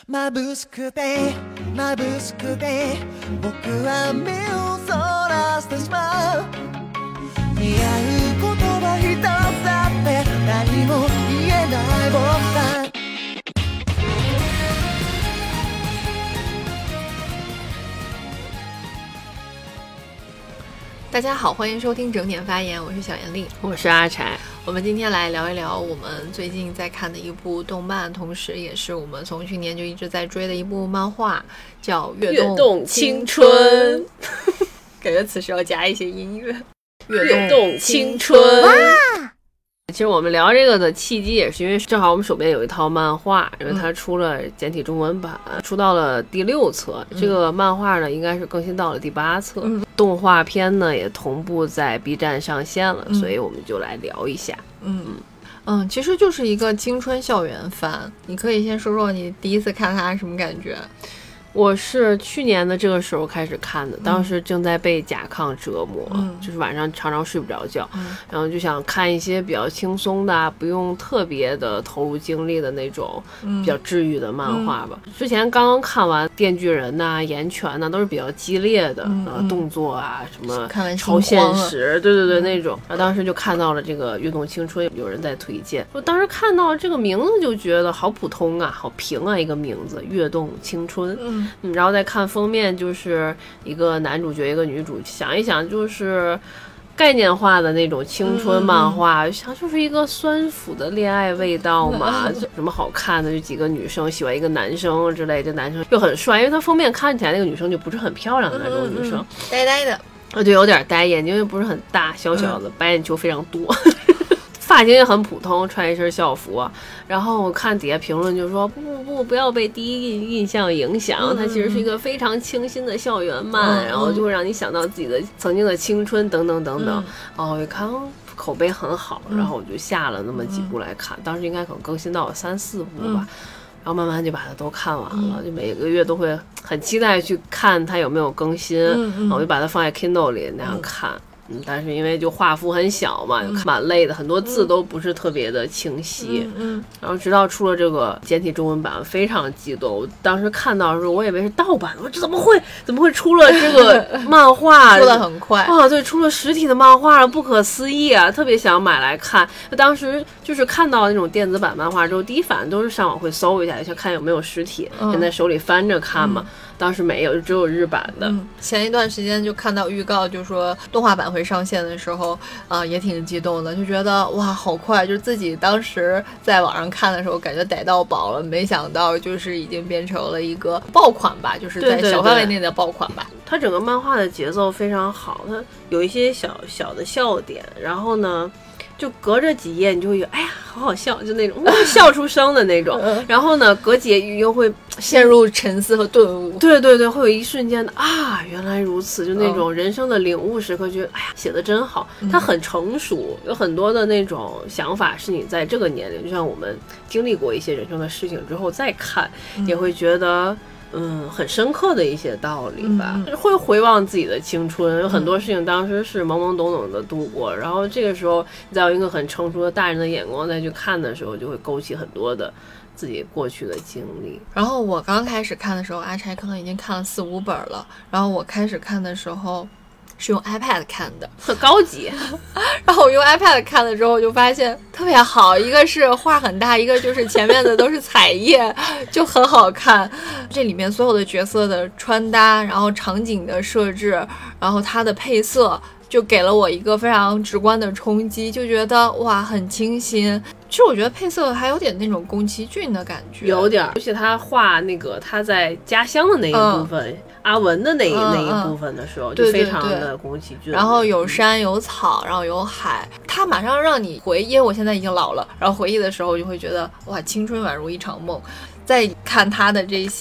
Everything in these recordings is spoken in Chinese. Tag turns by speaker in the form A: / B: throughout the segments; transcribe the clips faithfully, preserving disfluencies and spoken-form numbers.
A: 眩しくて眩しくて僕は目をそらしてしまう似合う言葉一つだって何も言えない僕さ
B: 大家好，欢迎收听整点发言，我是小严丽，
C: 我是阿柴。
B: 我们今天来聊一聊我们最近在看的一部动漫，同时也是我们从去年就一直在追的一部漫画，叫《跃动青春》。感觉此时要加一些音乐。
C: 跃动青春。其实我们聊这个的契机也是因为正好我们手边有一套漫画，因为它出了简体中文版，嗯、出到了第六册。这个漫画呢，应该是更新到了第八册。嗯、动画片呢也同步在 B 站上线了，嗯、所以我们就来聊一下。
B: 嗯嗯，其实就是一个青春校园番。你可以先说说你第一次看它什么感觉？
C: 我是去年的这个时候开始看的，当时正在被甲亢折磨，嗯、就是晚上常常睡不着觉，嗯、然后就想看一些比较轻松的、不用特别的投入精力的那种比较治愈的漫画吧。嗯、之前刚刚看完《电锯人》呐、《岩泉》呐，都是比较激烈的，嗯呃、动作啊，什么超现实，对对对，嗯、那种。然后当时就看到了这个《跃动青春》，有人在推荐。我当时看到这个名字就觉得好普通啊，好平啊，一个名字《跃动青春》。嗯嗯，然后再看封面，就是一个男主角一个女主，想一想就是概念化的那种青春漫画，嗯、想就是一个酸腐的恋爱味道嘛，嗯、什么好看的，就几个女生喜欢一个男生之类，这男生又很帅，因为他封面看起来那个女生就不是很漂亮的那种女生，嗯
B: 嗯、呆呆的，
C: 啊对，有点呆，眼睛又不是很大，小小的，嗯、白眼球非常多。发型也很普通，穿一身校服，然后我看底下评论就说不不不不要被第一印印象影响，嗯、它其实是一个非常清新的校园漫，嗯、然后就会让你想到自己的曾经的青春等等等等。嗯、然后我一看口碑很好，然后我就下了那么几部来看，嗯、当时应该可能更新到三四部吧。嗯、然后慢慢就把它都看完了，嗯、就每个月都会很期待去看它有没有更新，嗯、然后我就把它放在 Kindle 里那样看。嗯嗯，但是因为就画幅很小嘛，就看蛮累的，很多字都不是特别的清晰。嗯嗯。然后直到出了这个简体中文版，非常激动。我当时看到的时候，我以为是盗版，我说怎么会怎么会出了这个漫画？
B: 出的很快
C: 啊，对，出了实体的漫画了，不可思议啊！特别想买来看。当时就是看到那种电子版漫画之后，第一反应都是上网会搜一下，想看有没有实体，嗯、现在手里翻着看嘛。嗯当时没有，只有日版的。
B: 嗯、前一段时间就看到预告，就说动画版会上线的时候，啊、呃，也挺激动的，就觉得哇，好快！就是自己当时在网上看的时候，感觉逮到宝了，没想到就是已经变成了一个爆款吧，就是在小范围内的爆款吧。
C: 对对对，它整个漫画的节奏非常好，它有一些小小的笑点，然后呢。就隔着几页你就会有哎呀好好笑，就那种笑出声的那种，然后呢隔几页又会
B: 陷入沉思和顿悟，
C: 对对对，会有一瞬间的啊原来如此，就那种人生的领悟时刻，觉得哎呀写得真好，它很成熟，有很多的那种想法是你在这个年龄，就像我们经历过一些人生的事情之后再看，也会觉得嗯，很深刻的一些道理吧，嗯、会回望自己的青春，有很多事情当时是懵懵懂懂的度过，嗯、然后这个时候你再用一个很成熟的大人的眼光再去看的时候，就会勾起很多的自己过去的经历。
B: 然后我刚开始看的时候，阿柴可能已经看了四五本了，然后我开始看的时候是用 iPad 看的，
C: 很高级。
B: 然后我用 iPad 看了之后，就发现特别好，一个是画很大，一个就是前面的都是彩页，就很好看。这里面所有的角色的穿搭，然后场景的设置，然后它的配色，就给了我一个非常直观的冲击，就觉得哇很清新。其实我觉得配色还有点那种宫崎骏的感觉，
C: 有点，而且他画那个他在家乡的那一部分。嗯阿文的那一、嗯、那一部分的时候，就非常的宫崎骏。
B: 然后有山有草，然后有海，它马上让你回忆。因为我现在已经老了，然后回忆的时候就会觉得哇，青春宛如一场梦。再看它的这些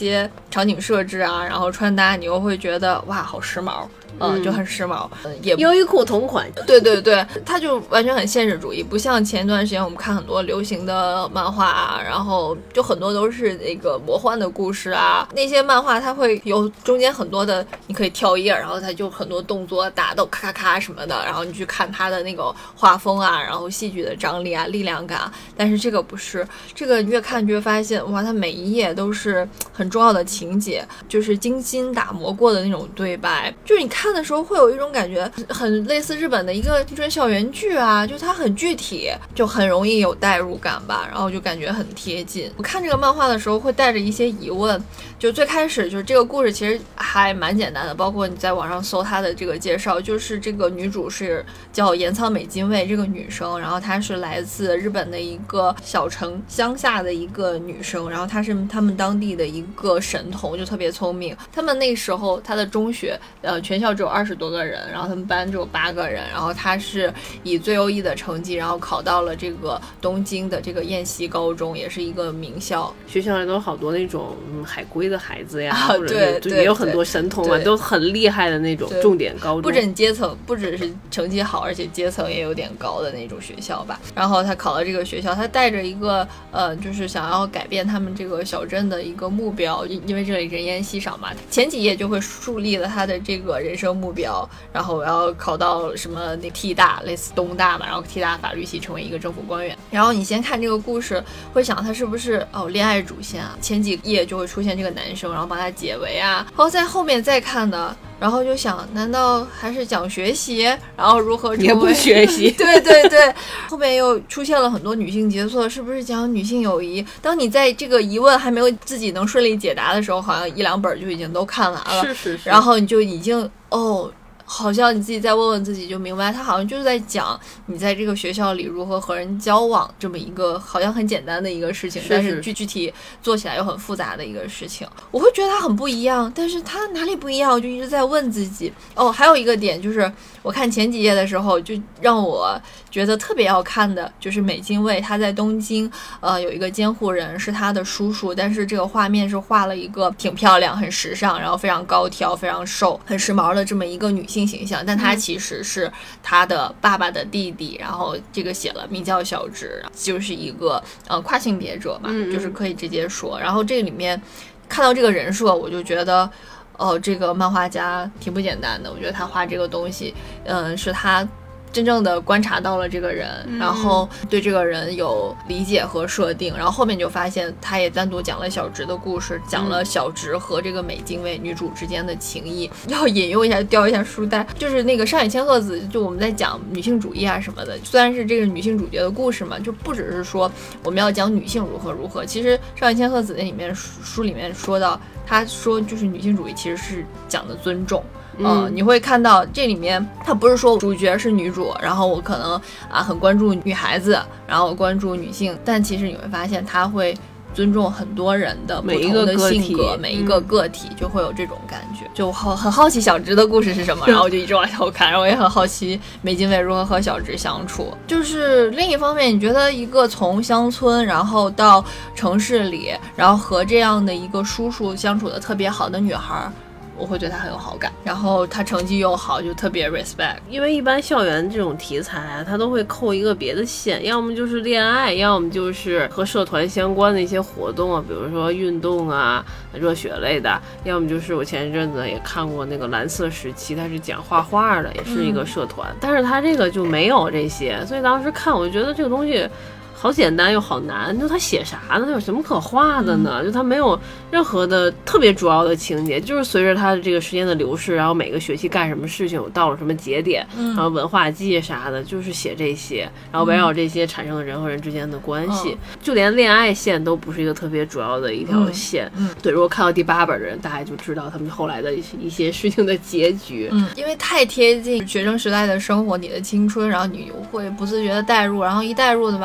B: 场景设置啊，然后穿搭，你又会觉得哇，好时髦。嗯，就很时髦，嗯，也
C: 优衣库同款，
B: 对对对，它就完全很现实主义，不像前一段时间我们看很多流行的漫画啊，然后就很多都是那个魔幻的故事啊，那些漫画它会有中间很多的，你可以跳页，然后它就很多动作打斗咔咔咔什么的，然后你去看它的那个画风啊，然后戏剧的张力啊、力量感，但是这个不是，这个越看就会发现哇，它每一页都是很重要的情节，就是精心打磨过的那种对白，就是你看的时候会有一种感觉很类似日本的一个青春校园剧啊，就它很具体，就很容易有代入感吧，然后就感觉很贴近。我看这个漫画的时候会带着一些疑问，就最开始就是这个故事其实还蛮简单的，包括你在网上搜它的这个介绍，就是这个女主是叫岩仓美津卫这个女生，然后她是来自日本的一个小城乡下的一个女生，然后她是他们当地的一个神童，就特别聪明。他们那时候她的中学呃全校只有二十多个人，然后他们班只有八个人，然后她是以最优异的成绩然后考到了这个东京的这个燕西高中，也是一个名校。
C: 学校里都有好多那种、嗯、海归的孩子呀、
B: 啊、
C: 或者
B: 对对，
C: 也有很多神童啊，都很厉害的那种重点高中，
B: 不止阶层，不只是成绩好，而且阶层也有点高的那种学校吧。然后他考了这个学校，他带着一个呃就是想要改变他们这个小镇的一个目标，因为这里人烟稀少嘛，前几页就会树立了他的这个人生目标，然后我要考到什么那 T 大类似东大嘛，然后 T 大法律系成为一个政府官员。然后你先看这个故事会想他是不是哦恋爱主线啊，前几页就会出现这个男生，然后帮他解围啊，然后在后面再看的，然后就想难道还是讲学习，然后如何成为
C: 也不学习
B: 对对对，后面又出现了很多女性角色，是不是讲女性友谊？当你在这个疑问还没有自己能顺利解答的时候，好像一两本就已经都看完了，
C: 是是是，
B: 然后你就已经哦好像你自己再问问自己就明白，他好像就是在讲你在这个学校里如何和人交往这么一个好像很简单的一个事情，
C: 是是
B: 但是具具体做起来又很复杂的一个事情。我会觉得它很不一样，但是它哪里不一样，我就一直在问自己。哦，还有一个点就是我看前几页的时候，就让我觉得特别要看的就是美津卫他在东京呃有一个监护人是他的叔叔，但是这个画面是画了一个挺漂亮很时尚然后非常高挑非常瘦很时髦的这么一个女性形象，但他其实是他的爸爸的弟弟，然后这个写了名叫小直，就是一个呃跨性别者嘛，
C: 嗯嗯
B: 就是可以直接说。然后这个里面看到这个人设我就觉得哦，这个漫画家挺不简单的，我觉得他画这个东西嗯，是他真正的观察到了这个人、嗯、然后对这个人有理解和设定，然后后面就发现他也单独讲了小直的故事，讲了小直和这个美津卫女主之间的情谊、嗯、要引用一下掉一下书袋，就是那个上野千鹤子，就我们在讲女性主义啊什么的，虽然是这个女性主角的故事嘛，就不只是说我们要讲女性如何如何，其实上野千鹤子那里面书里面说到，他说就是女性主义其实是讲的尊重。嗯、呃，你会看到这里面，他不是说主角是女主，然后我可能啊很关注女孩子，然后关注女性，但其实你会发现他会尊重很多人的不同的性格，每一个个体就会有这种感觉。就我很好奇小直的故事是什么，然后我就一直往后看，然后我也很好奇美津卫如何和小直相处。就是另一方面，你觉得一个从乡村然后到城市里，然后和这样的一个叔叔相处的特别好的女孩，我会对他很有好感，然后他成绩又好，就特别 respect。
C: 因为一般校园这种题材啊，他都会扣一个别的线，要么就是恋爱，要么就是和社团相关的一些活动啊，比如说运动啊热血类的，要么就是我前一阵子也看过那个蓝色时期，他是讲画画的，也是一个社团、嗯、但是他这个就没有这些，所以当时看我就觉得这个东西好简单又好难，就他写啥呢？他有什么可画的呢？就他没有任何的特别主要的情节，就是随着他的这个时间的流逝，然后每个学期干什么事情，到了什么节点，然后文化季啥的，就是写这些，然后围绕这些产生了人和人之间的关系，就连恋爱线都不是一个特别主要的一条线。嗯，对，如果看到第八本的人，大概就知道他们后来的一些事情的结局。
B: 嗯，因为太贴近学生时代的生活，你的青春，然后你会不自觉的带入，然后一带入的吧，又会觉得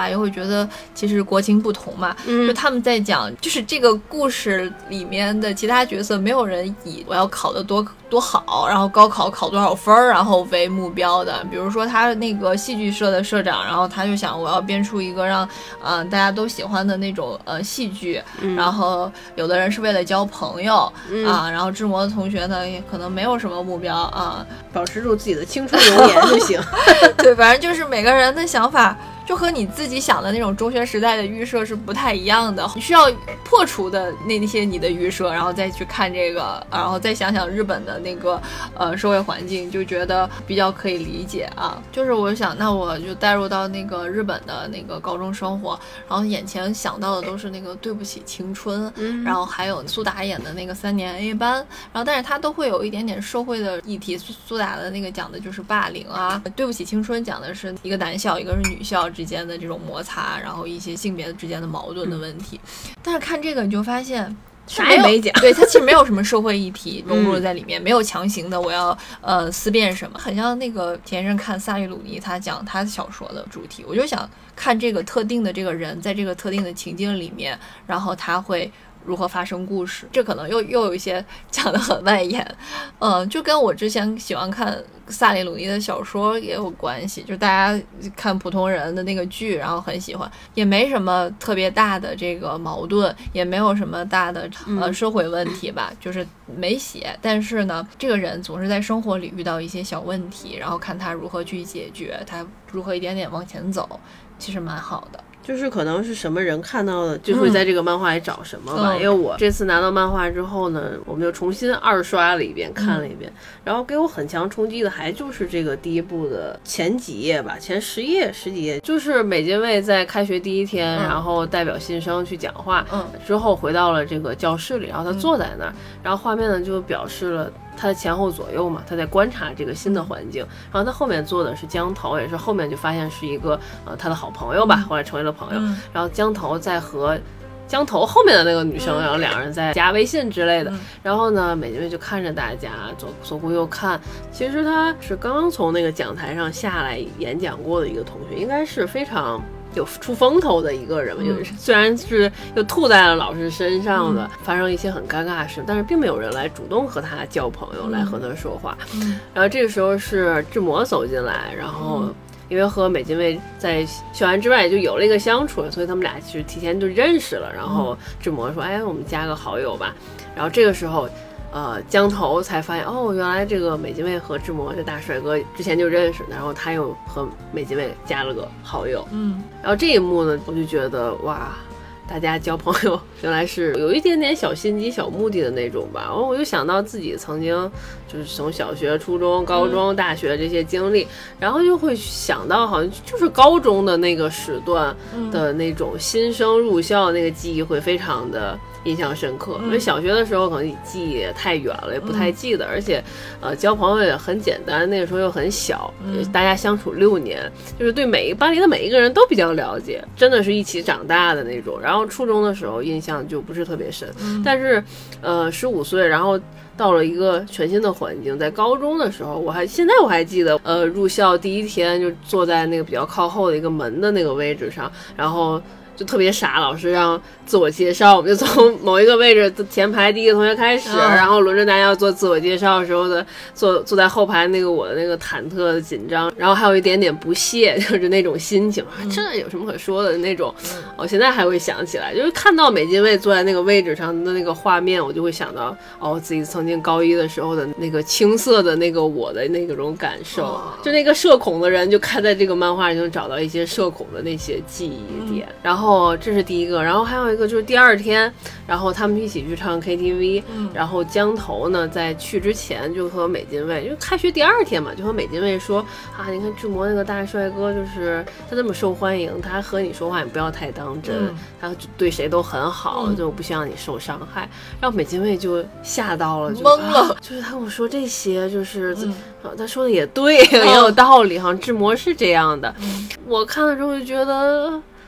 B: 觉得其实国情不同嘛，
C: 嗯，
B: 就他们在讲，就是这个故事里面的其他角色，没有人以我要考得多多好，然后高考考多少分儿，然后为目标的。比如说他那个戏剧社的社长，然后他就想我要编出一个让嗯、呃、大家都喜欢的那种呃戏剧，
C: 嗯、
B: 然后有的人是为了交朋友、
C: 嗯、
B: 啊，然后志摩的同学呢也可能没有什么目标啊，
C: 保持住自己的青春容颜就行。
B: 对，反正就是每个人的想法就和你自己想的那种中学时代的预设是不太一样的，你需要破除的那那些你的预设，然后再去看这个，然后再想想日本的那个呃社会环境，就觉得比较可以理解啊。就是我想，那我就带入到那个日本的那个高中生活，然后眼前想到的都是那个对不起青春，
C: 嗯、
B: 然后还有苏打演的那个三年 A 班，然后但是他都会有一点点社会的议题。苏苏打的那个讲的就是霸凌啊，对不起青春讲的是一个男校一个是女校之间的这种摩擦，然后一些性别之间的矛盾的问题。嗯、但是看这个你就发现
C: 啥也没讲，
B: 对，它其实没有什么社会议题融入在里面，嗯、没有强行的我要呃思辨什么，很像那个前一阵看萨利鲁尼他讲他小说的主题，我就想看这个特定的这个人在这个特定的情境里面，然后他会如何发生故事。这可能又又有一些讲得很外延，嗯、呃，就跟我之前喜欢看萨利鲁尼的小说也有关系，就大家看普通人的那个剧，然后很喜欢，也没什么特别大的这个矛盾，也没有什么大的呃社会问题吧，嗯、就是没写，但是呢，这个人总是在生活里遇到一些小问题，然后看他如何去解决，他如何一点点往前走，其实蛮好的。
C: 就是可能是什么人看到的就会在这个漫画里找什么吧、嗯、因为我这次拿到漫画之后呢，我们就重新二刷了一遍，看了一遍、嗯、然后给我很强冲击的还就是这个第一部的前几页吧，前十页十几页，就是美津卫在开学第一天、嗯、然后代表新生去讲话、嗯、之后回到了这个教室里，然后他坐在那儿、嗯、然后画面呢就表示了他的前后左右嘛，他在观察这个新的环境，然后他后面坐的是江头，也是后面就发现是一个呃他的好朋友吧，后来成为了朋友、嗯、然后江头在和江头后面的那个女生、嗯、然后两人在加微信之类的、嗯、然后呢美津卫就看着大家左左顾右看，其实他是刚刚从那个讲台上下来演讲过的一个同学，应该是非常有出风头的一个人，嗯、就是虽然是又吐在了老师身上的、嗯、发生一些很尴尬的事，但是并没有人来主动和他交朋友、嗯、来和他说话、嗯、然后这个时候是志摩走进来，然后因为和美津卫在校园之外也就有了一个相处，所以他们俩其实提前就认识了，然后志摩说哎我们加个好友吧，然后这个时候呃，江头才发现哦，原来这个美津卫和志摩这大帅哥之前就认识，然后他又和美津卫加了个好友，嗯，然后这一幕呢，我就觉得哇，大家交朋友原来是有一点点小心机、小目的的那种吧。然后我就想到自己曾经就是从小学、初中、高中、大学这些经历，嗯、然后就会想到好像就是高中的那个时段的那种新生入校那个记忆会非常的印象深刻，因为小学的时候可能记忆也太远了，也不太记得，而且呃交朋友也很简单，那个时候又很小，大家相处六年，就是对每一班里的每一个人都比较了解，真的是一起长大的那种。然后初中的时候印象就不是特别深，但是呃十五岁，然后到了一个全新的环境，在高中的时候，我还现在我还记得，呃入校第一天就坐在那个比较靠后的一个门的那个位置上，然后就特别傻，老师让自我介绍，我们就从某一个位置前排第一个同学开始，嗯、然后轮着大家要做自我介绍的时候的坐坐在后排那个我的那个忐忑的紧张，然后还有一点点不屑，就是那种心情，嗯、这有什么可说的那种。嗯、我现在还会想起来，就是看到美津卫坐在那个位置上的那个画面，我就会想到哦，自己曾经高一的时候的那个青涩的那个我的那种感受，哦、就那个社恐的人就看在这个漫画里就找到一些社恐的那些记忆点，嗯、然后。然后这是第一个，然后还有一个就是第二天，然后他们一起去唱 K T V，嗯、然后江头呢在去之前就和美津卫，因为开学第二天嘛，就和美津卫说啊，你看志摩那个大帅哥，就是他那么受欢迎，他和你说话你不要太当真，嗯、他对谁都很好，嗯、就不希望你受伤害。然后美津卫就吓到了，就
B: 懵了，
C: 啊，就是他跟我说这些，就是、嗯啊、他说的也对，也有道理，好像志摩是这样的。嗯、我看了之后就觉得。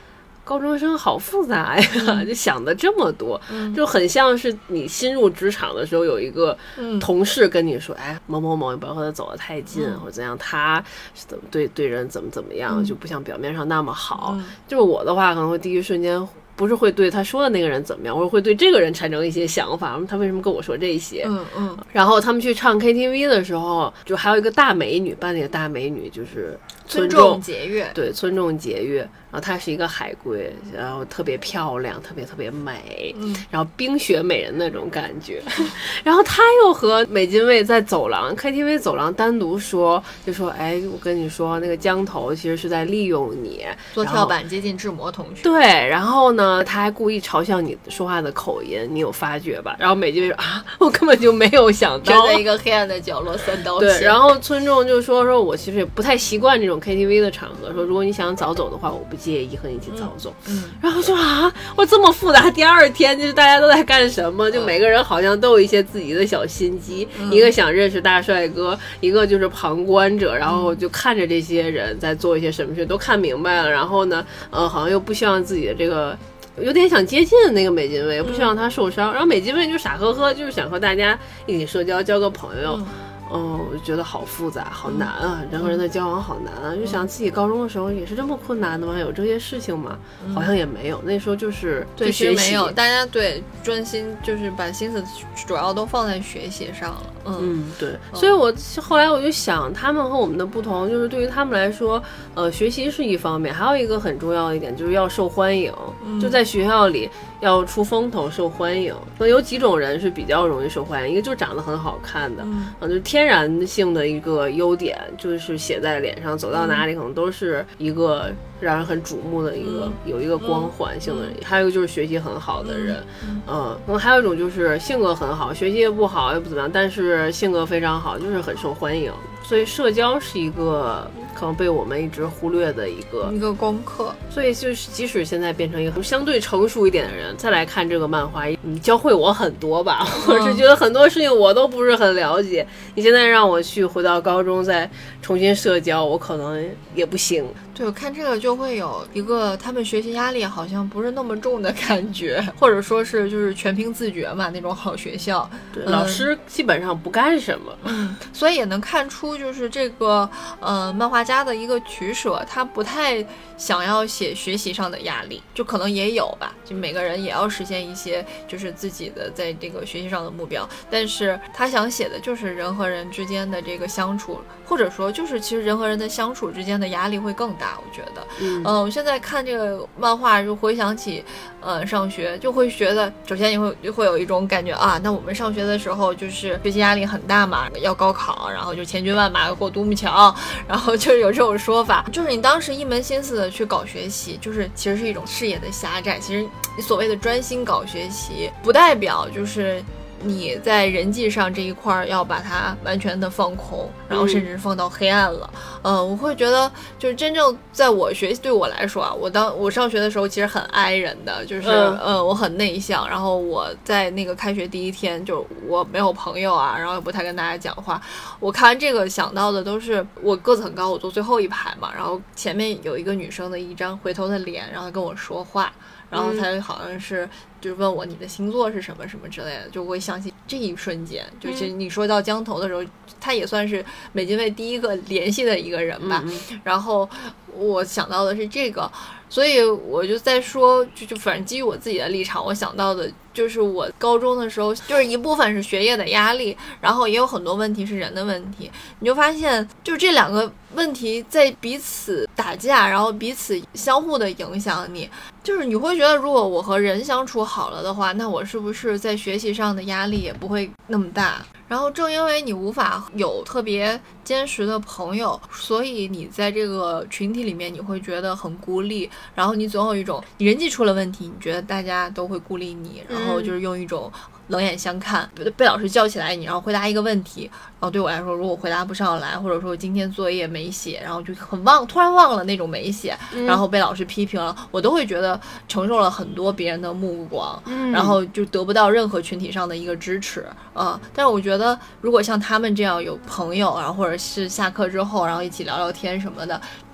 C: 高中生好复杂呀，嗯、就想的这么多、嗯，就很像是你新入职场的时候有一个同事跟你说，嗯、哎，某某某，你不要和他走得太近，嗯、或者怎样，他是怎么对对人怎么怎么样、嗯，就不像表面上那么好。嗯、就是我的话，可能会第一瞬间。不是会对他说的那个人怎么样，或者会对这个人产生一些想法，他为什么跟我说这些？嗯嗯。然后他们去唱 K T V 的时候，就还有一个大美女，班里的大美女就是
B: 村重节约，
C: 对，村重节约。然后她是一个海归，然后特别漂亮，特别特别美，嗯，然后冰雪美人那种感觉。然后她又和美津卫在走廊 K T V 走廊单独说，就说：“哎，我跟你说，那个江头其实是在利用你，
B: 做跳板接近志摩同学。”
C: 对，然后呢，他还故意嘲笑你说话的口音，你有发觉吧？然后美津卫说：“啊，我根本就没有想到。”
B: 站在一个黑暗的角落，三刀
C: 对，然后村重就说：“说我其实也不太习惯这种 K T V 的场合，说如果你想早走的话，我不介意和你一起早走。嗯”嗯，然后说啊，我这么复杂。第二天就是大家都在干什么？就每个人好像都有一些自己的小心机，嗯、一个想认识大帅哥，一个就是旁观者，然后就看着这些人在做一些什么事，都看明白了。然后呢，呃，好像又不希望自己的这个。有点想接近那个美津卫，不希望他受伤、嗯、然后美津卫就傻呵呵，就是想和大家一起社交，交个朋友。嗯哦，我就觉得好复杂，好难啊！嗯、人和人的交往好难啊！嗯、就想自己高中的时候也是这么困难的吗？有这些事情吗？嗯、好像也没有。那时候就是
B: 对学习没有，大家对专心就是把心思主要都放在学习上了。嗯
C: 嗯，对。所以我后来我就想，他们和我们的不同，就是对于他们来说，呃，学习是一方面，还有一个很重要的一点就是要受欢迎，嗯、就在学校里要出风头，受欢迎。可能有几种人是比较容易受欢迎，一个就是长得很好看的，嗯，啊，就是天。天然性的一个优点就是写在脸上，走到哪里可能都是一个让人很瞩目的一个、嗯、有一个光环性的人、嗯、还有一个就是学习很好的人，嗯，嗯可能还有一种就是性格很好，学习也不好也不怎么样，但是性格非常好，就是很受欢迎。所以社交是一个可能被我们一直忽略的一个
B: 一个功课。
C: 所以就是即使现在变成一个相对成熟一点的人再来看这个漫画，你教会我很多吧，我是觉得很多事情我都不是很了解，你现在让我去回到高中再重新社交，我可能也不行。
B: 对，我看这个就会有一个他们学习压力好像不是那么重的感觉，或者说是就是全凭自觉嘛，那种好学校。
C: 对，嗯、老师基本上不干什么。
B: 嗯，所以也能看出就是这个呃漫画家的一个取舍，他不太想要写学习上的压力，就可能也有吧，就每个人也要实现一些就是自己的在这个学习上的目标，但是他想写的就是人和人之间的这个相处，或者说就是其实人和人的相处之间的压力会更大，我觉得。嗯，呃、我现在看这个漫画就回想起呃上学，就会觉得首先也会就会有一种感觉啊，那我们上学的时候就是学习压力很大嘛，要高考，然后就千军万马过独木桥，然后就是有这种说法，就是你当时一门心思的去搞学习，就是其实是一种视野的狭窄，其实你所谓的专心搞学习不代表就是你在人际上这一块要把它完全的放空，然后甚至放到黑暗了。嗯、呃，我会觉得就是真正在我学习对我来说啊，我当我上学的时候其实很挨人的，就是嗯、呃，我很内向，然后我在那个开学第一天就我没有朋友啊，然后也不太跟大家讲话。我看完这个想到的都是我个子很高，我坐最后一排嘛，然后前面有一个女生的一张回头的脸，然后跟我说话。然后他好像是就是问我你的星座是什么什么之类的，就会想起这一瞬间，就其实你说到江头的时候，他也算是美津卫第一个联系的一个人吧。嗯、然后我想到的是这个，所以我就在说，就就反正基于我自己的立场，我想到的就是我高中的时候，就是一部分是学业的压力，然后也有很多问题是人的问题，你就发现就这两个问题在彼此打架，然后彼此相互的影响你。就是你会觉得如果我和人相处好了的话，那我是不是在学习上的压力也不会那么大。然后正因为你无法有特别坚实的朋友，所以你在这个群体里面你会觉得很孤立，然后你总有一种你人际出了问题，你觉得大家都会孤立你，然后就是用一种冷眼相看，被老师叫起来你然后回答一个问题，然后对我来说如果回答不上来，或者说今天作业没写，然后就很忘突然忘了那种没写，然后被老师批评了，我都会觉得承受了很多别人的目光，然后就得不到任何群体上的一个支持啊、呃。但是我觉得如果像他们这样有朋友，然后或者是下课之后然后一起聊聊天什么的，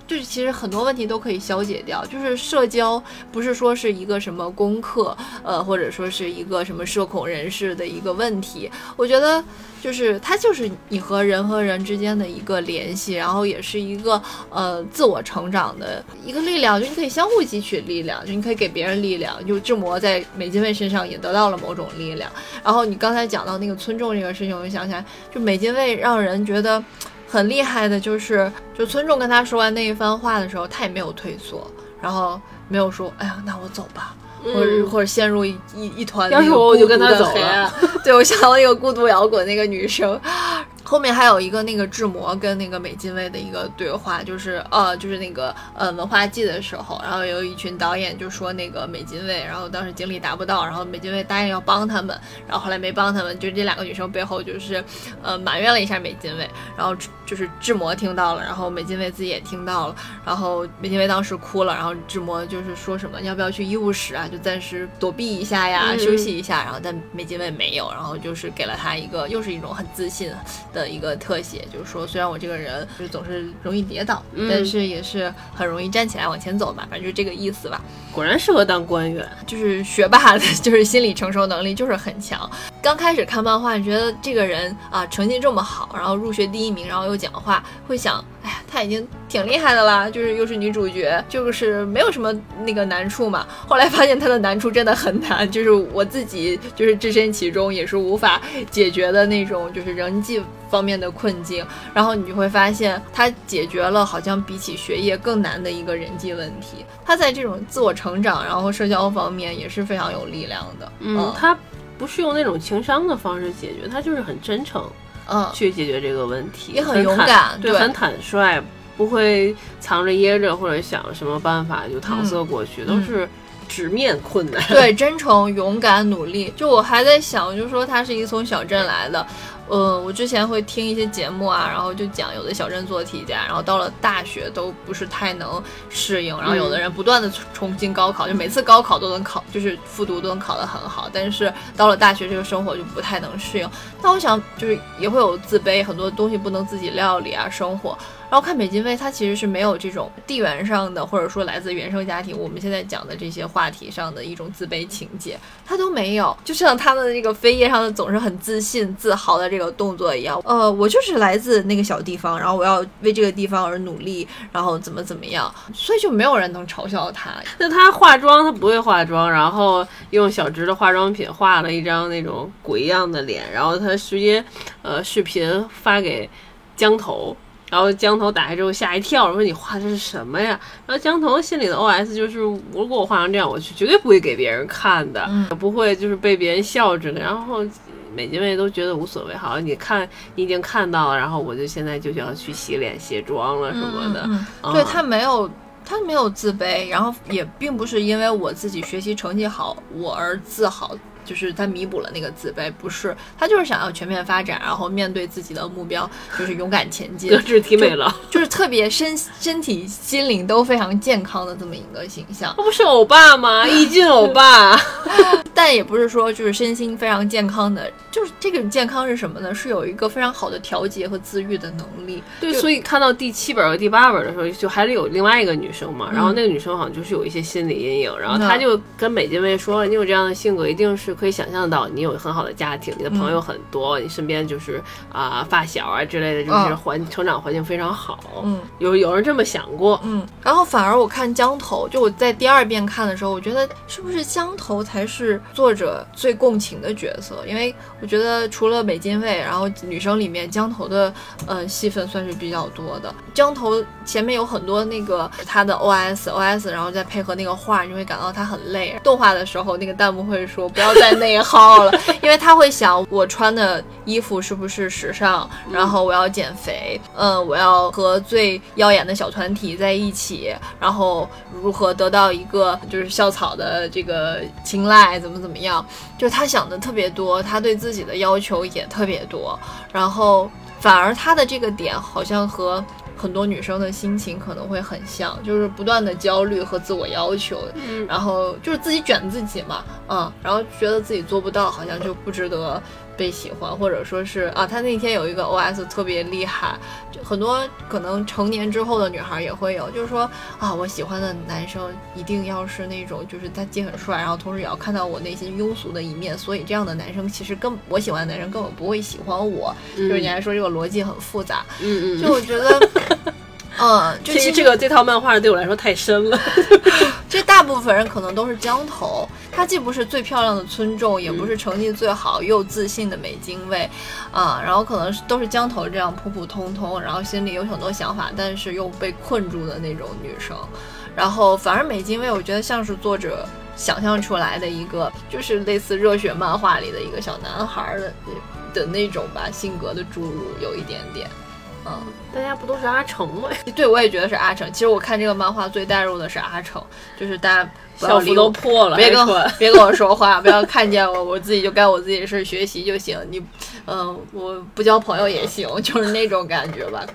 B: 就是其实很多问题都可以消解掉，就是社交不是说是一个什么功课，呃，或者说是一个什么社恐人士的一个问题。我觉得就是它就是你和人和人之间的一个联系，然后也是一个呃自我成长的一个力量，就你可以相互汲取力量，就你可以给别人力量。就志摩在美津卫身上也得到了某种力量。然后你刚才讲到那个村重这个事情，我就想起来，就美津卫让人觉得很厉害的就是，就村重跟他说完那一番话的时候，他也没有退缩，然后没有说，哎呀，那我走吧，嗯、或者或者陷入一一一团那个孤独的黑暗。要是我，我就跟他走了。对，我想到那个孤独摇滚那个女生。后面还有一个那个志摩跟那个美津卫的一个对话，就是呃，就是那个呃文化祭的时候，然后有一群导演就说那个美津卫，然后当时精力达不到，然后美津卫答应要帮他们，然后后来没帮他们，就这两个女生背后就是呃埋怨了一下美津卫，然后就是志摩听到了，然后美津卫自己也听到了，然后美津卫当时哭了，然后志摩就是说什么要不要去医务室啊，就暂时躲避一下呀，嗯、休息一下，然后但美津卫没有，然后就是给了他一个又是一种很自信的一个特写，就是说虽然我这个人就总是容易跌倒、嗯、但是也是很容易站起来往前走嘛，反正就是这个意思吧。
C: 果然适合当官员，
B: 就是学霸的就是心理承受能力就是很强。刚开始看漫画觉得这个人啊成绩这么好，然后入学第一名，然后又讲话，会想哎呀他已经挺厉害的啦，就是又是女主角，就是没有什么那个难处嘛。后来发现他的难处真的很难，就是我自己就是置身其中也是无法解决的那种就是人际方面的困境，然后你就会发现他解决了好像比起学业更难的一个人际问题。他在这种自我成长然后社交方面也是非常有力量的。
C: 嗯，嗯他不是用那种情商的方式解决，他就是很真诚嗯，去解决这个问题，
B: 也很勇敢，
C: 对，很坦率，不会藏着掖着或者想什么办法就搪塞过去、嗯、都是直面困难。
B: 对，真诚勇敢努力。就我还在想，就说他是一从小镇来的，呃，我之前会听一些节目啊，然后就讲有的小镇做题家，然后到了大学都不是太能适应，然后有的人不断的重新高考，就每次高考都能考，就是复读都能考得很好，但是到了大学这个生活就不太能适应。那我想就是也会有自卑，很多东西不能自己料理啊，生活。然后看美津卫，他其实是没有这种地缘上的，或者说来自原生家庭，我们现在讲的这些话题上的一种自卑情节，他都没有。就像他的那个扉页上的总是很自信、自豪的这个动作一样，呃，我就是来自那个小地方，然后我要为这个地方而努力，然后怎么怎么样，所以就没有人能嘲笑他。
C: 那他化妆，他不会化妆，然后用小植的化妆品画了一张那种鬼一样的脸，然后他直接呃视频发给江头。然后江头打开之后吓一跳，说你画的是什么呀？然后江头心里的 O S 就是，如果我画成这样，我绝对不会给别人看的，嗯、不会就是被别人笑着的。然后美津卫都觉得无所谓，好，你看你已经看到了，然后我就现在就想要去洗脸卸妆了什么的。
B: 嗯嗯、对他没有。他没有自卑，然后也并不是因为我自己学习成绩好我而自豪，就是他弥补了那个自卑，不是，他就是想要全面发展，然后面对自己的目标，就是勇敢前进，
C: 德智体美了，
B: 就, 就是特别身身体心灵都非常健康的这么一个形象。
C: 他不是欧巴吗？一进欧巴，
B: 但也不是说就是身心非常健康的，就是这个健康是什么呢？是有一个非常好的调节和自愈的能力。
C: 对，所以看到第七本和第八本的时候，就还是有另外一个女生嘛，然后那个女生好像就是有一些心理阴影，然后她就跟美津卫说了，你有这样的性格，一定是可以想象到你有很好的家庭，你的朋友很多，嗯、你身边就是啊、呃、发小啊之类的，就是环、哦、成长环境非常好。嗯，有有人这么想过。
B: 嗯，然后反而我看江头，就我在第二遍看的时候，我觉得是不是江头才是作者最共情的角色？因为我觉得除了美津卫，然后女生里面江头的呃戏份算是比较多的。江头前面有很多那个他的 O S O S， 然后再配合那个画，你会感到他很累。动画的时候，那个弹幕会说不要再内耗了，因为他会想我穿的衣服是不是时尚，然后我要减肥，嗯，我要和最耀眼的小团体在一起，然后如何得到一个就是校草的这个青睐，怎么怎么样，就他想的特别多，他对自己的要求也特别多，然后反而他的这个点好像和很多女生的心情可能会很像，就是不断的焦虑和自我要求，
C: 嗯，
B: 然后就是自己卷自己嘛，嗯，然后觉得自己做不到，好像就不值得被喜欢，或者说是啊，他那天有一个 O S 特别厉害，就很多可能成年之后的女孩也会有，就是说啊，我喜欢的男生一定要是那种就是他既很帅，然后同时也要看到我内心庸俗的一面，所以这样的男生其实跟我喜欢的男生根本不会喜欢我，嗯、就是你还说这个逻辑很复杂，
C: 嗯嗯，
B: 就我觉得。嗯，就
C: 其实这个这套漫画对我来说太深了。
B: 这大部分人可能都是江头，她既不是最漂亮的村重，也不是成绩最好又自信的美津卫，啊、嗯，然后可能都是江头这样普普通通，然后心里有很多想法，但是又被困住的那种女生。然后反而美津卫，我觉得像是作者想象出来的一个，就是类似热血漫画里的一个小男孩的的那种吧，性格的注入有一点点。嗯，
C: 大家不都是阿成吗？
B: 对，我也觉得是阿成。其实我看这个漫画最带入的是阿成，就是大家不要
C: 校服都破了，
B: 别跟我别跟我说话，不要看见我，我自己就干我自己的事学习就行。你，嗯、呃，我不交朋友也行，就是那种感觉吧。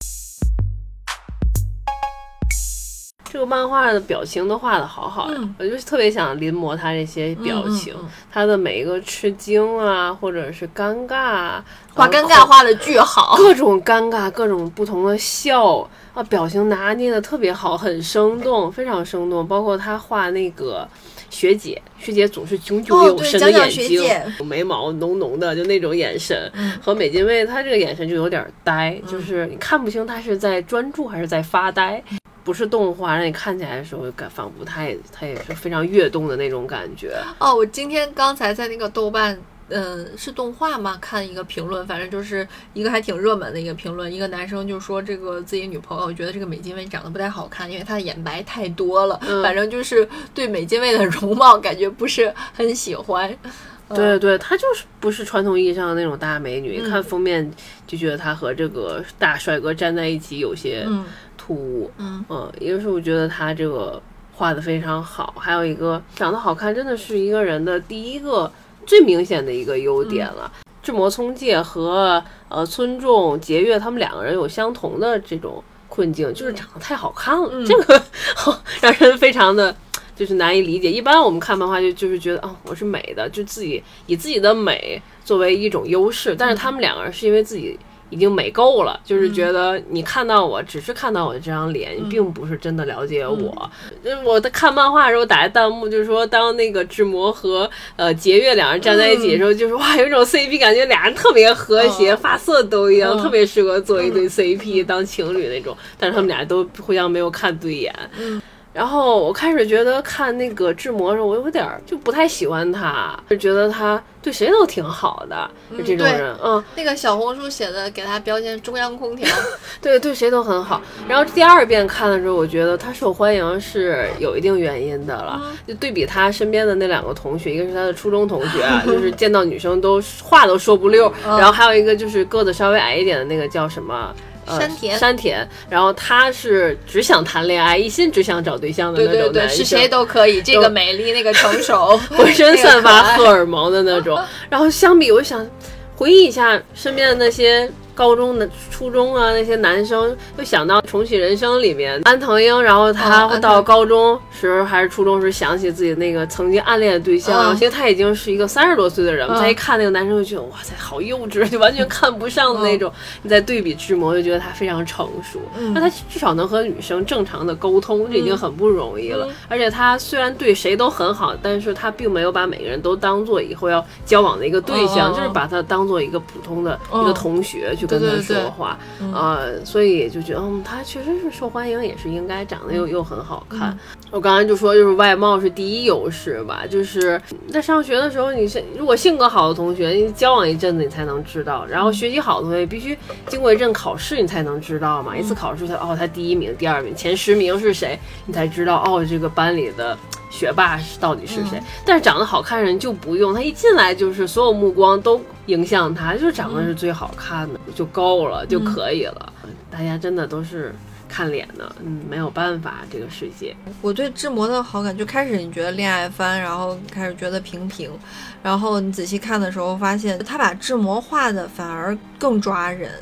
C: 这个漫画的表情都画的好好的、嗯、我就特别想临摹他这些表情、嗯嗯嗯、他的每一个吃惊啊或者是尴尬啊，
B: 画尴尬画的巨好，
C: 各种尴尬各种不同的笑啊，表情拿捏的特别好，很生动，非常生动。包括他画那个学姐，学姐总是炯炯有神的眼睛、哦、有眉毛浓浓的就那种眼神、嗯、和美津卫他这个眼神就有点呆、嗯、就是你看不清他是在专注还是在发呆，不是动画让你看起来的时候感仿佛它也它也是非常跃动的那种感觉。
B: 哦，我今天刚才在那个豆瓣嗯，是动画吗？看一个评论，反正就是一个还挺热门的一个评论，一个男生就说这个自己女朋友觉得这个美津卫长得不太好看，因为她的眼白太多了、嗯、反正就是对美津卫的容貌感觉不是很喜欢。
C: 对对，她就是不是传统意义上的那种大美女、嗯、看封面就觉得她和这个大帅哥站在一起有些突兀。嗯嗯，一个是我觉得她这个画得非常好，还有一个长得好看真的是一个人的第一个最明显的一个优点了。志摩聪介和呃村重结月他们两个人有相同的这种困境，就是长得太好看了、嗯、这个、哦、让人非常的就是难以理解。一般我们看漫画就就是觉得哦我是美的，就自己以自己的美作为一种优势，但是他们两个人是因为自己已经美够了，就是觉得你看到我只是看到我这张脸、嗯、你并不是真的了解我、嗯、我在看漫画的时候打开弹幕就是说当那个志摩和呃结月两人站在一起的时候、嗯、就是哇有一种 C P 感觉俩人特别和谐、嗯、发色都一样、嗯、特别适合做一对 C P、嗯、当情侣那种，但是他们俩都互相没有看对眼。嗯，然后我开始觉得看那个志摩的时候我有点就不太喜欢他，就觉得他对谁都挺好的，就这种人。嗯，
B: 嗯那个小红书写的给他标签中央空调
C: 对对谁都很好。然后第二遍看的时候我觉得他受欢迎是有一定原因的了、嗯、就对比他身边的那两个同学，一个是他的初中同学就是见到女生都话都说不溜、嗯、然后还有一个就是个子稍微矮一点的那个叫什么
B: 呃、山田
C: 山田，然后他是只想谈恋爱，一心只想找对象的那种男生，
B: 对对对，是谁都可以，这个美丽那个成熟
C: 浑身散发荷尔蒙的那种。然后相比我想回忆一下身边的那些高中的初中啊那些男生，就想到重启人生里面安藤樱，然后他到高中时还是初中时想起自己那个曾经暗恋的对象、嗯、然后现在他已经是一个三十多岁的人、嗯、再一看那个男生就觉得哇塞好幼稚，就完全看不上的那种、嗯、你再对比志摩就觉得他非常成熟，那、嗯、他至少能和女生正常的沟通，这已经很不容易了、嗯、而且他虽然对谁都很好，但是他并没有把每个人都当做以后要交往的一个对象、嗯、就是把他当做一个普通的一个同学去跟他说话，对对对呃、嗯，所以就觉得嗯，他确实是受欢迎，也是应该，长得又又很好看、嗯。我刚才就说，就是外貌是第一优势吧，就是在上学的时候，你是如果性格好的同学，你交往一阵子你才能知道，然后学习好的同学必须经过一阵考试你才能知道嘛，一次考试他哦他第一名、第二名、前十名是谁，你才知道哦这个班里的学霸到底是谁、嗯、但是长得好看人就不用，他一进来就是所有目光都影响他，就是长得是最好看的、嗯、就够了就可以了、嗯、大家真的都是看脸的，嗯，没有办法这个世界。
B: 我对志摩的好感就开始你觉得恋爱番，然后开始觉得平平，然后你仔细看的时候发现他把志摩画的反而更抓人，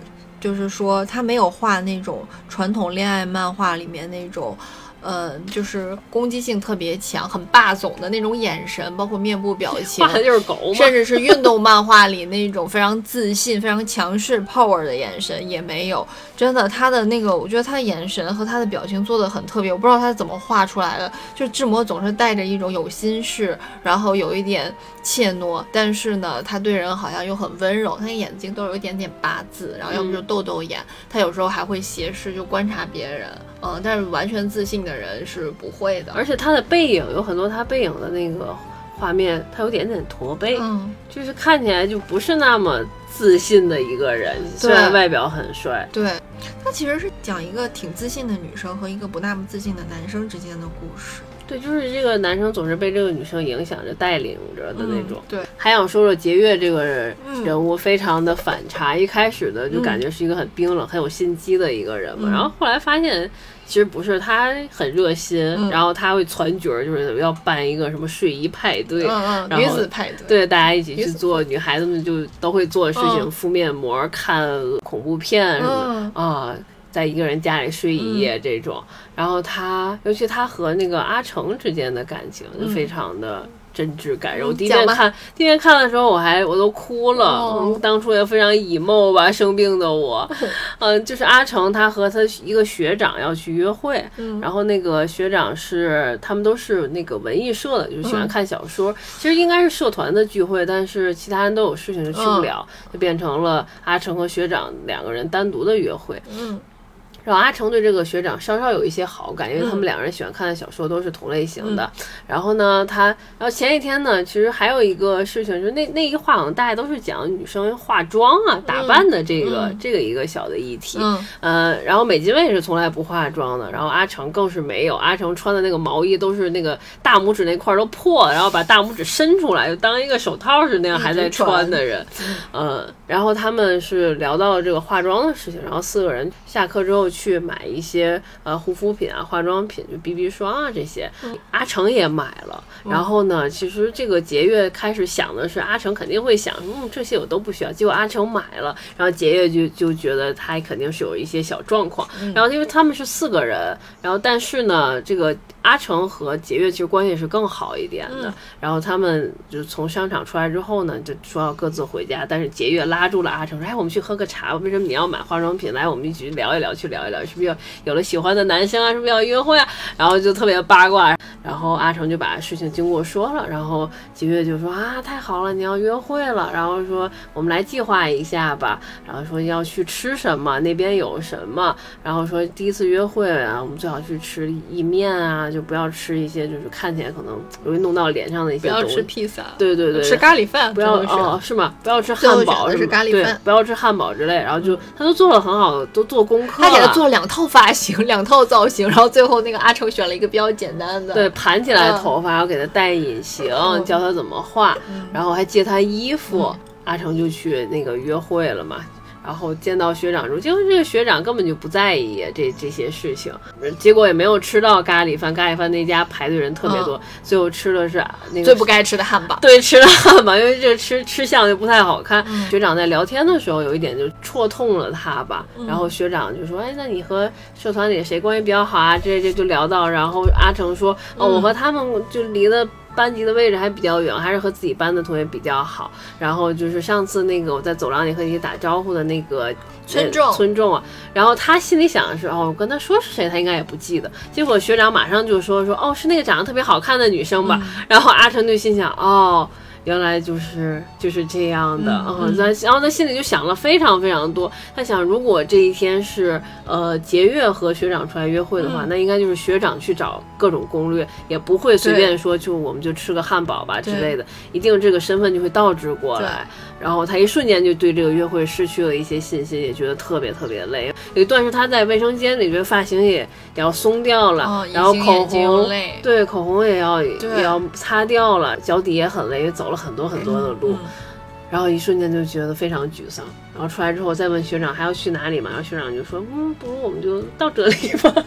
B: 就是说他没有画那种传统恋爱漫画里面那种呃，就是攻击性特别强、很霸总的那种眼神，包括面部表情，
C: 画的就是狗嘛，
B: 甚至是运动漫画里那种非常自信、非常强势 power 的眼神也没有。真的，他的那个，我觉得他的眼神和他的表情做的很特别，我不知道他怎么画出来的。就志摩总是带着一种有心事，然后有一点怯懦，但是呢，他对人好像又很温柔。他的眼睛都有一点点八字，然后要不就豆豆眼，嗯、他有时候还会斜视，就观察别人。嗯，但是完全自信的人是不会的。
C: 而且他的背影有很多，他背影的那个画面，他有点点驼背，
B: 嗯，
C: 就是看起来就不是那么自信的一个人，虽然外表很帅。
B: 对，他其实是讲一个挺自信的女生和一个不那么自信的男生之间的故事。
C: 对，就是这个男生总是被这个女生影响着、带领着的那种。
B: 嗯、对，
C: 还想说说节月这个人物非常的反差，嗯、一开始的就感觉是一个很冰冷、嗯、很有心机的一个人嘛，嗯、然后后来发现其实不是，他很热心，嗯、然后他会攒局儿，就是要办一个什么睡衣派对，
B: 嗯嗯，女子派对，
C: 对，大家一起去做，女孩子们就都会做的事情，嗯、敷面膜、看恐怖片什么的啊。嗯在一个人家里睡一夜这种，嗯、然后他，尤其他和那个阿成之间的感情就非常的真挚感人。嗯、我第一遍看，第一遍看的时候，我还我都哭了。哦、嗯，当初也非常 emo 吧，生病的我，嗯，就是阿成他和他一个学长要去约会，嗯、然后那个学长是他们都是那个文艺社的，就是喜欢看小说。嗯、其实应该是社团的聚会，但是其他人都有事情就去不了，嗯、就变成了阿成和学长两个人单独的约会。嗯。然后阿成对这个学长稍稍有一些好感，因为他们两个人喜欢看的小说都是同类型的。嗯、然后呢，他，然后前一天呢，其实还有一个事情，就是那那一话好像大家都是讲女生化妆啊、打扮的这个、嗯、这个一个小的议题。嗯。呃，然后美津卫是从来不化妆的，然后阿成更是没有，阿成穿的那个毛衣都是那个大拇指那块都破了，然后把大拇指伸出来，就当一个手套是那样还在穿的人。嗯、呃。然后他们是聊到了这个化妆的事情，然后四个人下课之后去买一些呃护肤品啊、化妆品，就 B B 霜啊这些。嗯、阿成也买了，然后呢，其实这个节月开始想的是阿成肯定会想，嗯，这些我都不需要。结果阿成买了，然后节月就就觉得他肯定是有一些小状况。嗯、然后因为他们是四个人，然后但是呢，这个阿成和节月其实关系是更好一点的。嗯、然后他们就从商场出来之后呢，就说要各自回家，但是节月拉住了阿成说：“哎，我们去喝个茶，为什么你要买化妆品？来，我们一起去聊一聊，去聊一聊，是不是有有了喜欢的男生啊？是不是要约会啊？”然后就特别八卦，然后阿成就把事情经过说了，然后节月就说：“啊，太好了，你要约会了。”然后说：“我们来计划一下吧。”然后说要去吃什么，那边有什么，然后说第一次约会啊，我们最好去吃意面啊，就不要吃一些就是看起来可能容易弄到脸上的一些东西。
B: 不要吃披萨，
C: 对对对，
B: 吃咖喱饭，
C: 不要哦，是吗？不要吃汉堡，
B: 是咖喱饭。
C: 对，不要吃汉堡之类，然后就、嗯、他都做了很好，都做功课了。
B: 他给他做了两套发型，两套造型，然后最后那个阿成选了一个比较简单的，
C: 对，盘起来头发，嗯、然后给他戴隐形，嗯、教他怎么画，嗯、然后还借他衣服，嗯、阿成就去那个约会了嘛。然后见到学长之后，结果这个学长根本就不在意这这些事情，结果也没有吃到咖喱饭，咖喱饭那家排队人特别多，嗯、最后吃的是那个
B: 最不该吃的汉堡，
C: 对，吃了汉堡，因为这吃吃相就不太好看。嗯、学长在聊天的时候有一点就戳痛了他吧，嗯、然后学长就说：“哎，那你和社团里谁关系比较好啊？”这这就聊到，然后阿成说：“哦，我和他们就离了。”班级的位置还比较远，还是和自己班的同学比较好。然后就是上次那个我在走廊里和你打招呼的那个
B: 村众，
C: 村众啊。然后他心里想的是，哦，我跟他说是谁，他应该也不记得。结果学长马上就说说，哦，是那个长得特别好看的女生吧。嗯、然后阿成就心想，哦。原来就是就是这样的，嗯，嗯然后他心里就想了非常非常多。他想，如果这一天是呃节月和学长出来约会的话，嗯、那应该就是学长去找各种攻略，也不会随便说就我们就吃个汉堡吧之类的，一定这个身份就会倒置过来。然后他一瞬间就对这个约会失去了一些信心，也觉得特别特别累。有一段是他在卫生间里，觉得发型也也要松掉了，
B: 哦、
C: 然后口红
B: 对
C: 口红也要也要擦掉了，脚底也很累，走了很多很多的路，嗯、然后一瞬间就觉得非常沮丧。然后出来之后再问学长还要去哪里嘛，然后学长就说：“嗯，不如我们就到这里吧。”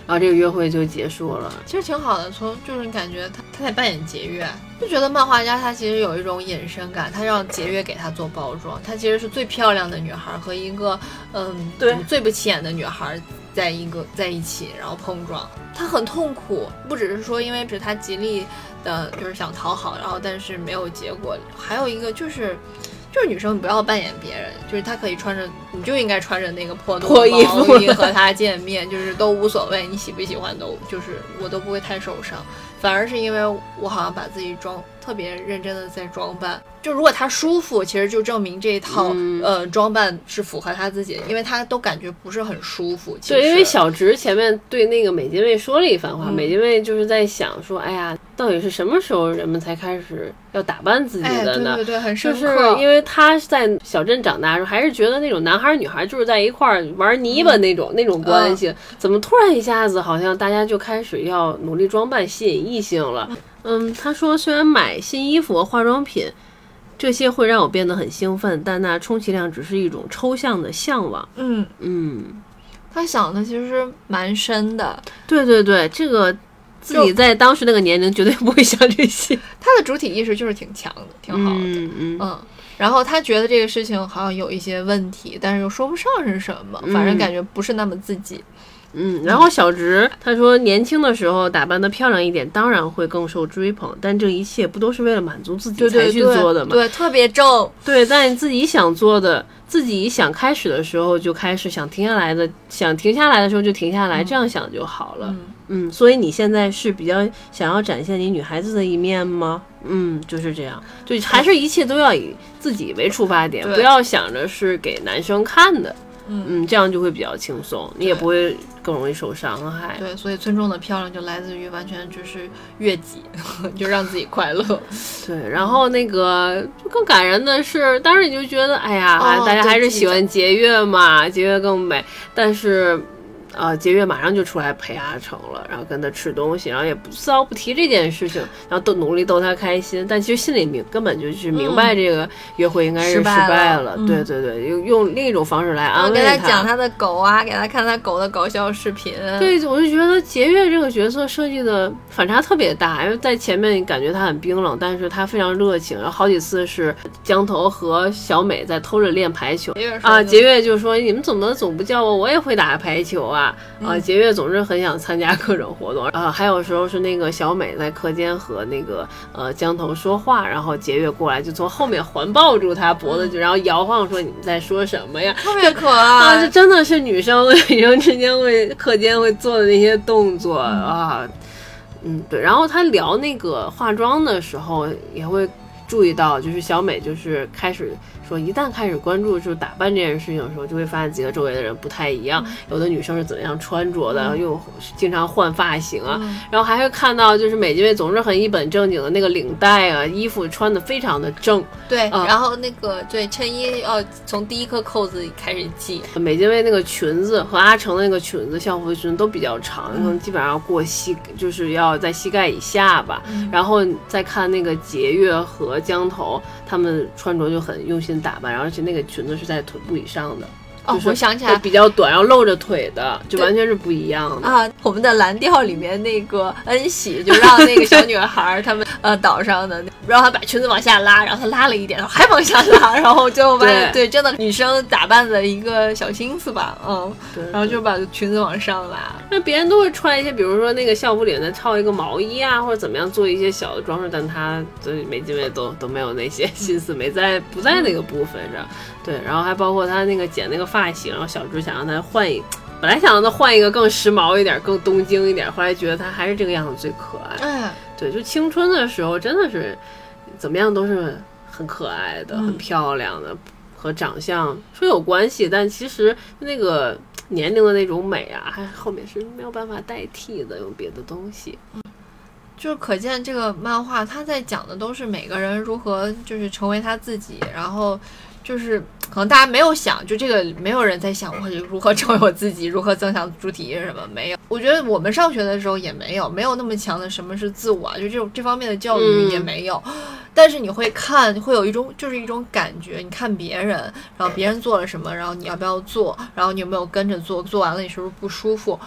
C: 然后这个约会就结束了。
B: 其实挺好的，从就是你感觉他他在扮演节约，就觉得漫画家他其实有一种隐身感，他让节约给他做包装，他其实是最漂亮的女孩和一个嗯
C: 对
B: 最不起眼的女孩在一个在一起，然后碰撞，他很痛苦，不只是说因为是他极力的就是想讨好，然后但是没有结果，还有一个就是就是女生不要扮演别人，就是她可以穿着，你就应该穿着那个破
C: 破衣服
B: 和她见面，就是都无所谓，你喜不喜欢都就是我都不会太受伤，反而是因为我好像把自己装特别认真的在装扮，就如果她舒服，其实就证明这一套、嗯、呃装扮是符合她自己的，因为她都感觉不是很舒服。其实
C: 对，因为小直前面对那个美津卫说了一番话，嗯、美津卫就是在想说，哎呀，到底是什么时候人们才开始要打扮自己的呢？
B: 哎、对对对，很深刻。
C: 就是因为他在小镇长大的时候，还是觉得那种男孩女孩就是在一块儿玩泥巴那种、嗯、那种关系、嗯，怎么突然一下子好像大家就开始要努力装扮吸引异性了？嗯，他说虽然买新衣服和化妆品这些会让我变得很兴奋，但那充其量只是一种抽象的向往。
B: 嗯
C: 嗯，
B: 他想的其实蛮深的。
C: 对对对，这个自己在当时那个年龄绝对不会想这些。
B: 他的主体意识就是挺强的，挺好的。
C: 嗯嗯
B: 嗯，然后他觉得这个事情好像有一些问题，但是又说不上是什么，反正感觉不是那么自己。
C: 嗯，然后小直他说年轻的时候打扮得漂亮一点当然会更受追捧，但这一切不都是为了满足自己才去做的吗？
B: 对，对对对，特别正。
C: 对，但你自己想做的，自己想开始的时候就开始，想停下来的想停下来的时候就停下来、嗯、这样想就好了。嗯嗯，所以你现在是比较想要展现你女孩子的一面吗？嗯，就是这样，就还是一切都要以自己为出发点，不要想着是给男生看的。嗯嗯，这样就会比较轻松，你也不会更容易受伤害。
B: 对，所以村中的漂亮就来自于完全就是悦己，就让自己快乐。
C: 对，然后那个就更感人的是，当时你就觉得，哎呀，哦、大家还是喜欢节约嘛，节约更美，但是。呃，节约马上就出来陪阿成了，然后跟他吃东西，然后也不丝毫不提这件事情，然后都努力逗他开心，但其实心里明根本就是明白这个约会应该是失败了。
B: 嗯、
C: 对对对，用用另一种方式来安慰他，
B: 给他讲他的狗啊，给他看他狗的搞笑视频。
C: 对，我就觉得节约这个角色设计的反差特别大，因为在前面你感觉他很冰冷，但是他非常热情，然后好几次是江头和小美在偷着练排球啊，节约就说你们怎么总不叫我，我也会打排球啊。啊，节约总是很想参加各种活动啊，还有时候是那个小美在课间和那个呃江头说话，然后节约过来就从后面环抱住他脖子，就然后摇晃说你们在说什么呀？
B: 特别可爱
C: 啊！这真的是女生和女生之间会课间会做的那些动作啊，嗯对。然后他聊那个化妆的时候也会注意到，就是小美就是开始。说一旦开始关注就是打扮这件事情的时候，就会发现自己和周围的人不太一样、嗯、有的女生是怎么样穿着的，又、嗯、经常换发型啊、嗯、然后还会看到就是美津卫总是很一本正经的那个领带啊，衣服穿的非常的正。
B: 对、
C: 嗯、
B: 然后那个对衬衣要从第一颗扣子开始系。
C: 美津卫那个裙子和阿成的那个裙子校服裙都比较长，可能、嗯、基本上要过膝，就是要在膝盖以下吧、嗯、然后再看那个节约和江头他们穿着就很用心打扮，而且那个裙子是在臀部以上的。
B: 哦，我想起来
C: 比较短，然后露着腿的，就完全是不一样的
B: 啊。我们的蓝调里面那个恩喜就让那个小女孩他们呃岛上的让她把裙子往下拉，然后她拉了一点，然后还往下拉，然后就发现 对, 对真的女生打扮的一个小心思吧，嗯，对，然后就把裙子往上拉。
C: 那别人都会穿一些，比如说那个校服里面套一个毛衣啊，或者怎么样做一些小的装饰，但她对美津卫都都没有那些心思，没在不在那个部分上。对，然后还包括他那个剪那个发型，然后小猪想让他换一，本来想让他换一个更时髦一点、更东京一点，后来觉得他还是这个样子最可爱。
B: 哎，
C: 对，就青春的时候真的是怎么样都是很可爱的、嗯、很漂亮的，和长相说有关系，但其实那个年龄的那种美啊，还后面是没有办法代替的，用别的东西。
B: 嗯，就是可见这个漫画他在讲的都是每个人如何就是成为他自己，然后就是可能大家没有想，就这个没有人在想我如何成为我自己，如何增强主体意识什么，没有。我觉得我们上学的时候也没有没有那么强的什么是自我啊，就这种这方面的教育也没有、嗯、但是你会看，会有一种就是一种感觉，你看别人，然后别人做了什么，然后你要不要做，然后你有没有跟着做，做完了你是不是不舒服，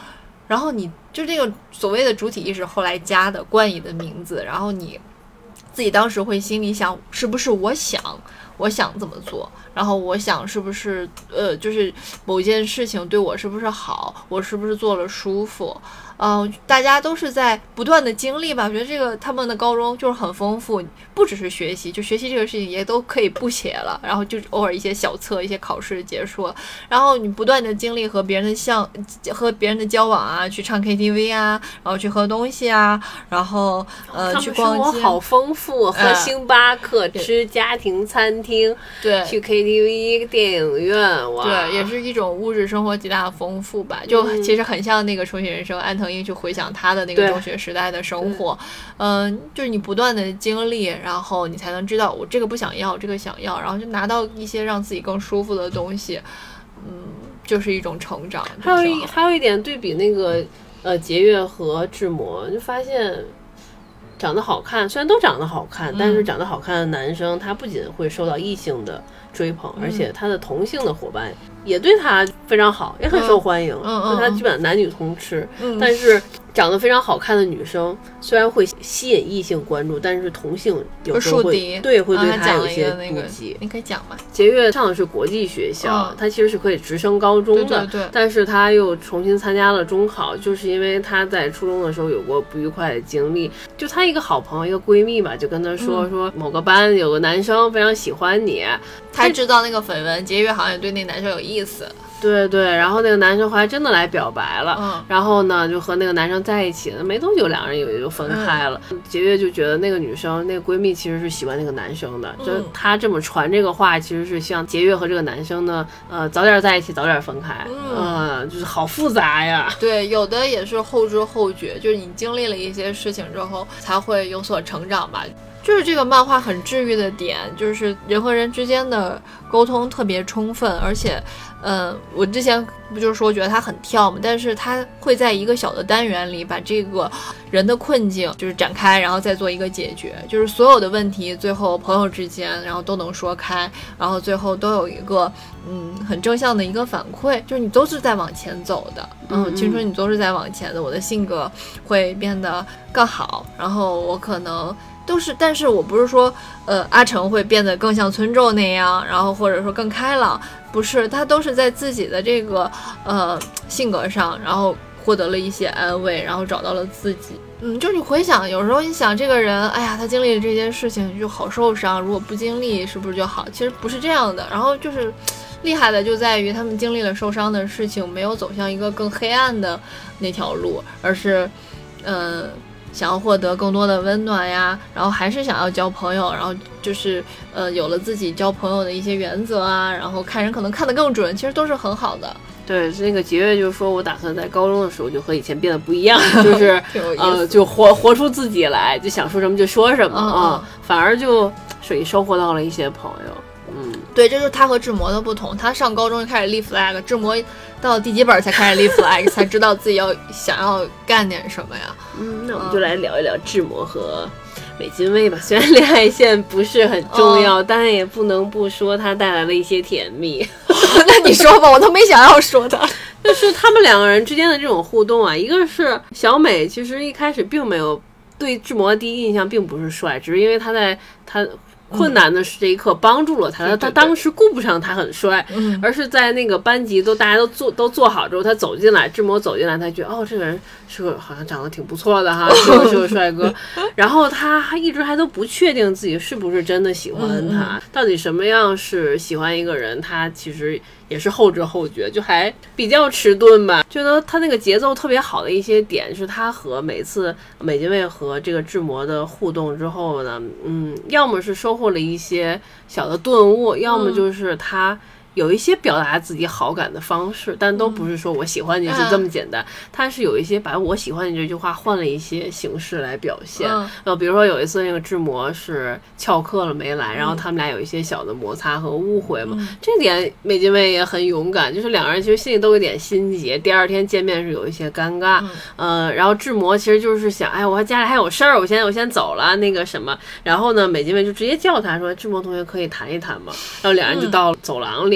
B: 然后你就这个所谓的主体意识后来加的冠以的名字，然后你自己当时会心里想，是不是我想我想怎么做，然后我想是不是呃，就是某件事情对我是不是好，我是不是做了舒服。嗯、呃，大家都是在不断的经历吧。我觉得这个他们的高中就是很丰富，不只是学习，就学习这个事情也都可以不写了，然后就偶尔一些小测、一些考试结束了，然后你不断的经历和别人的相和别人的交往啊，去唱 K T V 啊，然后去喝东西啊，然后呃去逛街，
C: 生活好丰富，喝星巴克、嗯、吃家庭餐厅，
B: 对，
C: 去 K T V 电影院，哇，
B: 对，也是一种物质生活极大的丰富吧。就其实很像那个重启人生，安藤英去回想他的那个中学时代的生活，嗯、呃，就是你不断的经历，然后你才能知道我这个不想要，这个想要，然后就拿到一些让自己更舒服的东西，嗯，就是一种成长。
C: 还有一还有一点对比那个呃节约和志摩，就发现长得好看，虽然都长得好看，嗯、但是长得好看的男生他不仅会受到异性的追捧，而且他的同性的伙伴也对他非常好，也很受欢迎，
B: 嗯
C: 嗯、他基本男女通吃，
B: 嗯、
C: 但是长得非常好看的女生虽然会吸引异性关注，但是同性有时候会对会对他有一些妒忌。
B: 你可以讲吗？
C: 节约上的是国际学校，
B: 嗯、
C: 他其实是可以直升高中的，
B: 对对对，
C: 但是他又重新参加了中考，就是因为他在初中的时候有过不愉快的经历，就他一个好朋友一个闺蜜吧，就跟他说、嗯、说某个班有个男生非常喜欢你，
B: 他知道那个绯闻，节约好像也对那男生有意思。
C: 对对，然后那个男生后来真的来表白了，
B: 嗯，
C: 然后呢就和那个男生在一起了，没多久两人也就分开了。嗯、节约就觉得那个女生那个闺蜜其实是喜欢那个男生的，嗯、就她这么传这个话，其实是希望节约和这个男生呢，呃，早点在一起，早点分开，嗯、呃，就是好复杂呀。
B: 对，有的也是后知后觉，就是你经历了一些事情之后才会有所成长吧。就是这个漫画很治愈的点，就是人和人之间的沟通特别充分，而且，呃，我之前不就是说觉得它很跳嘛，但是它会在一个小的单元里把这个人的困境就是展开，然后再做一个解决，就是所有的问题最后朋友之间然后都能说开，然后最后都有一个嗯很正向的一个反馈，就是你都是在往前走的，嗯，嗯青春你都是在往前的，我的性格会变得更好，然后我可能。都是，但是我不是说，呃，阿成会变得更像村宙那样，然后或者说更开朗，不是，他都是在自己的这个呃性格上，然后获得了一些安慰，然后找到了自己。嗯，就是你回想，有时候你想这个人，哎呀，他经历了这些事情就好受伤，如果不经历是不是就好？其实不是这样的。然后就是厉害的就在于他们经历了受伤的事情，没有走向一个更黑暗的那条路，而是，嗯、呃。想要获得更多的温暖呀，然后还是想要交朋友，然后就是呃有了自己交朋友的一些原则啊，然后看人可能看得更准，其实都是很好的。
C: 对，那个节约就是说我打算在高中的时候就和以前变得不一样，就是呃就活活出自己来，就想说什么就说什么啊、嗯嗯，反而就属于收获到了一些朋友。嗯，
B: 对，这就是他和志摩的不同。他上高中就开始立 flag， 志摩到第几本才开始立 flag， 才知道自己要想要干点什么呀？
C: 嗯，那我们就来聊一聊志摩和美津蔚吧。虽然恋爱线不是很重要，嗯、但也不能不说它带来了一些甜蜜。
B: 那你说吧，我都没想要说的。
C: 就是他们两个人之间的这种互动啊，一个是小美，其实一开始并没有对志摩的第一印象并不是帅，只是因为他在他。困难的是这一刻帮助了他，嗯、他当时顾不上他很帅，
B: 嗯、
C: 而是在那个班级都大家都坐都坐好之后，他走进来，志摩走进来，他觉得哦，这个人是个好像长得挺不错的哈，是个是个帅哥。然后他还一直还都不确定自己是不是真的喜欢他，
B: 嗯、
C: 到底什么样是喜欢一个人，他其实也是后知后觉，就还比较迟钝吧。觉得他那个节奏特别好的一些点是，他和每次美津蔚和这个志摩的互动之后呢，嗯，要么是收获了一些小的顿悟，要么就是他有一些表达自己好感的方式，但都不是说我喜欢你是这么简单，他是有一些把我喜欢你这句话换了一些形式来表现。呃，比如说有一次那个志摩是翘课了没来，然后他们俩有一些小的摩擦和误会嘛，这点美津蔚也很勇敢，就是两个人其实心里都有点心结，第二天见面是有一些尴尬。呃，然后志摩其实就是想，哎，我家里还有事儿，我先我先走了，那个什么，然后呢，美津蔚就直接叫他说，志摩同学可以谈一谈吗？然后两人就到走廊里。